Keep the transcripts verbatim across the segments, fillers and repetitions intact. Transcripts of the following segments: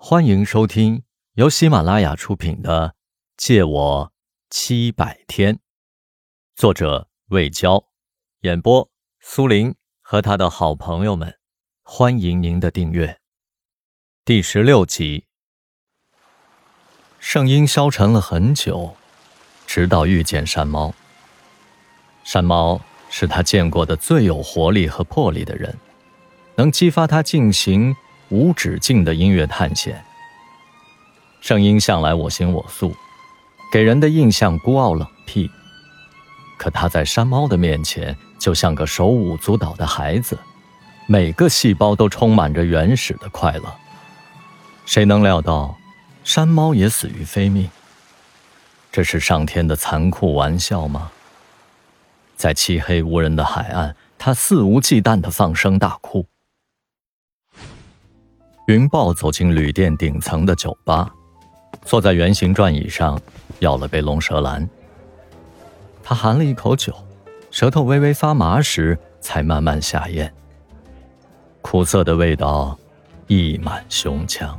欢迎收听由喜马拉雅出品的《借我七百天》，作者魏娇，演播苏林和他的好朋友们。欢迎您的订阅。第十六集。圣婴消沉了很久，直到遇见山猫。山猫是他见过的最有活力和魄力的人，能激发他进行无止境的音乐探险。圣婴向来我行我素，给人的印象孤傲冷僻，可他在山猫的面前就像个手舞足蹈的孩子，每个细胞都充满着原始的快乐。谁能料到山猫也死于非命？这是上天的残酷玩笑吗？在漆黑无人的海岸，他肆无忌惮地放声大哭。云豹走进旅店顶层的酒吧，坐在圆形转椅上，要了杯龙舌兰。他含了一口酒，舌头微微发麻时，才慢慢下咽。苦涩的味道溢满胸腔。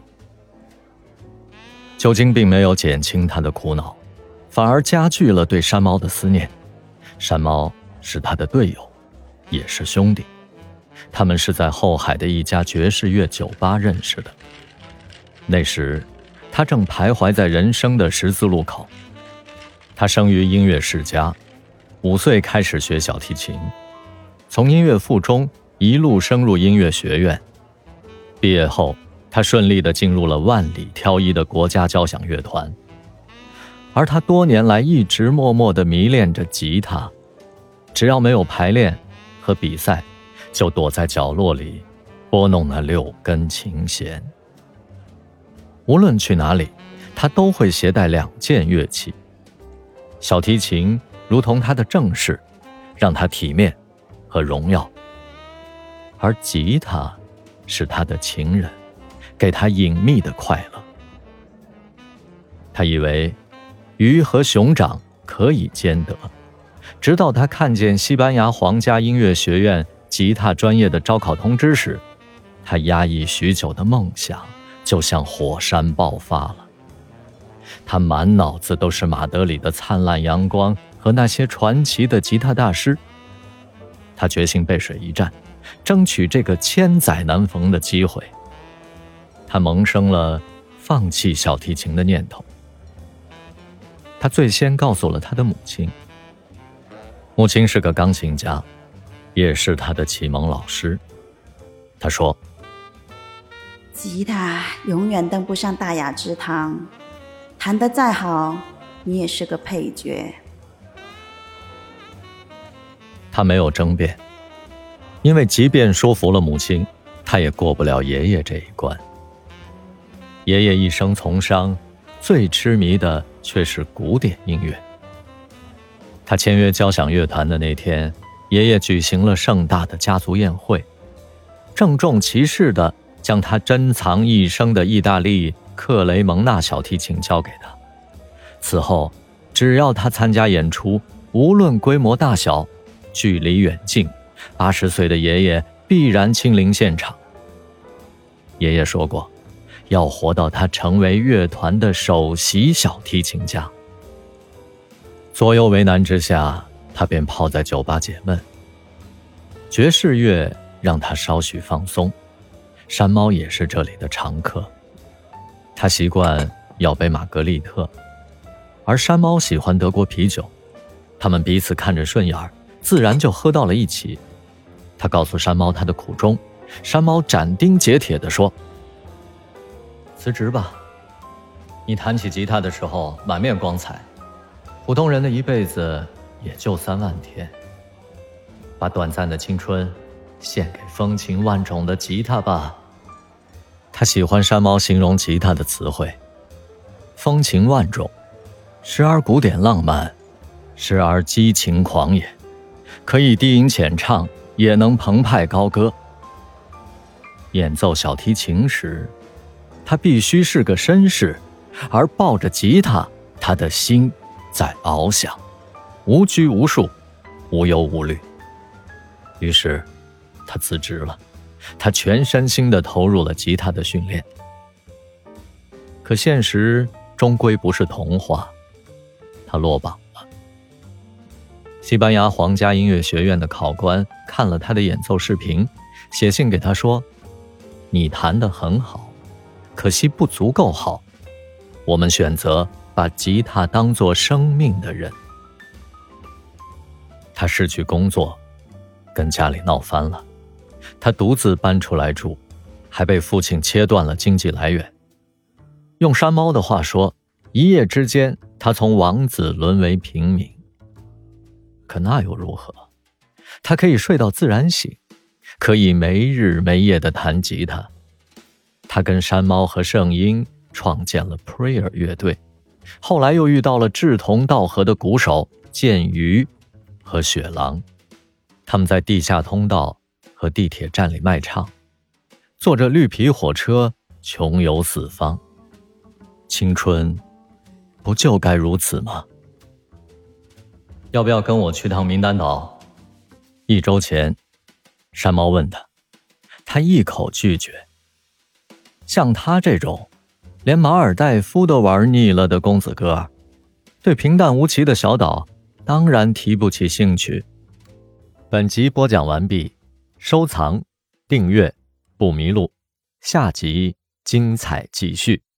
酒精并没有减轻他的苦恼，反而加剧了对山猫的思念。山猫是他的队友，也是兄弟。他们是在后海的一家爵士乐酒吧认识的。那时他正徘徊在人生的十字路口。他生于音乐世家，五岁开始学小提琴，从音乐附中一路升入音乐学院。毕业后他顺利地进入了万里挑一的国家交响乐团。而他多年来一直默默地迷恋着吉他，只要没有排练和比赛，就躲在角落里拨弄那六根琴弦。无论去哪里，他都会携带两件乐器。小提琴如同他的正室，让他体面和荣耀；而吉他是他的情人，给他隐秘的快乐。他以为鱼和熊掌可以兼得，直到他看见西班牙皇家音乐学院吉他专业的招考通知时，他压抑许久的梦想就像火山爆发了。他满脑子都是马德里的灿烂阳光和那些传奇的吉他大师。他决心背水一战，争取这个千载难逢的机会。他萌生了放弃小提琴的念头。他最先告诉了他的母亲。母亲是个钢琴家，也是他的启蒙老师。他说， 吉他永远登不上大雅之堂，弹得再好，你也是个配角。 他没有争辩，因为即便说服了母亲，他也过不了爷爷这一关。爷爷一生从商，最痴迷的却是古典音乐。他签约交响乐团的那天，爷爷举行了盛大的家族宴会，郑重其事地将他珍藏一生的意大利克雷蒙纳小提琴交给他。此后，只要他参加演出，无论规模大小，距离远近，八十岁的爷爷必然亲临现场。爷爷说过，要活到他成为乐团的首席小提琴家。左右为难之下，他便泡在酒吧解闷。爵士乐让他稍许放松，山猫也是这里的常客。他习惯要杯玛格丽特，而山猫喜欢德国啤酒，他们彼此看着顺眼，自然就喝到了一起。他告诉山猫他的苦衷，山猫斩钉截铁地说，辞职吧，你弹起吉他的时候满面光彩，普通人的一辈子也就三万天，把短暂的青春献给风情万种的吉他吧。他喜欢山猫形容吉他的词汇，风情万种，时而古典浪漫，时而激情狂野，可以低吟浅唱，也能澎湃高歌。演奏小提琴时，他必须是个绅士，而抱着吉他，他的心在翱翔，无拘无束，无忧无虑。于是他辞职了，他全身心地投入了吉他的训练。 可现实终归不是童话，他落榜了。西班牙皇家音乐学院的考官看了他的演奏视频，写信给他说：你弹得很好，可惜不足够好，我们选择把吉他当作生命的人。他失去工作，跟家里闹翻了，他独自搬出来住，还被父亲切断了经济来源。用山猫的话说，一夜之间他从王子沦为平民。可那又如何？他可以睡到自然醒，可以没日没夜地弹吉他。他跟山猫和圣婴创建了 Prayer 乐队，后来又遇到了志同道合的鼓手剑鱼和雪狼，他们在地下通道和地铁站里卖唱，坐着绿皮火车穷游四方。青春不就该如此吗？要不要跟我去趟名丹岛？一周前，山猫问他，他一口拒绝。像他这种连马尔代夫都玩腻了的公子哥，对平淡无奇的小岛当然提不起兴趣。本集播讲完毕，收藏、订阅不迷路，下集精彩继续。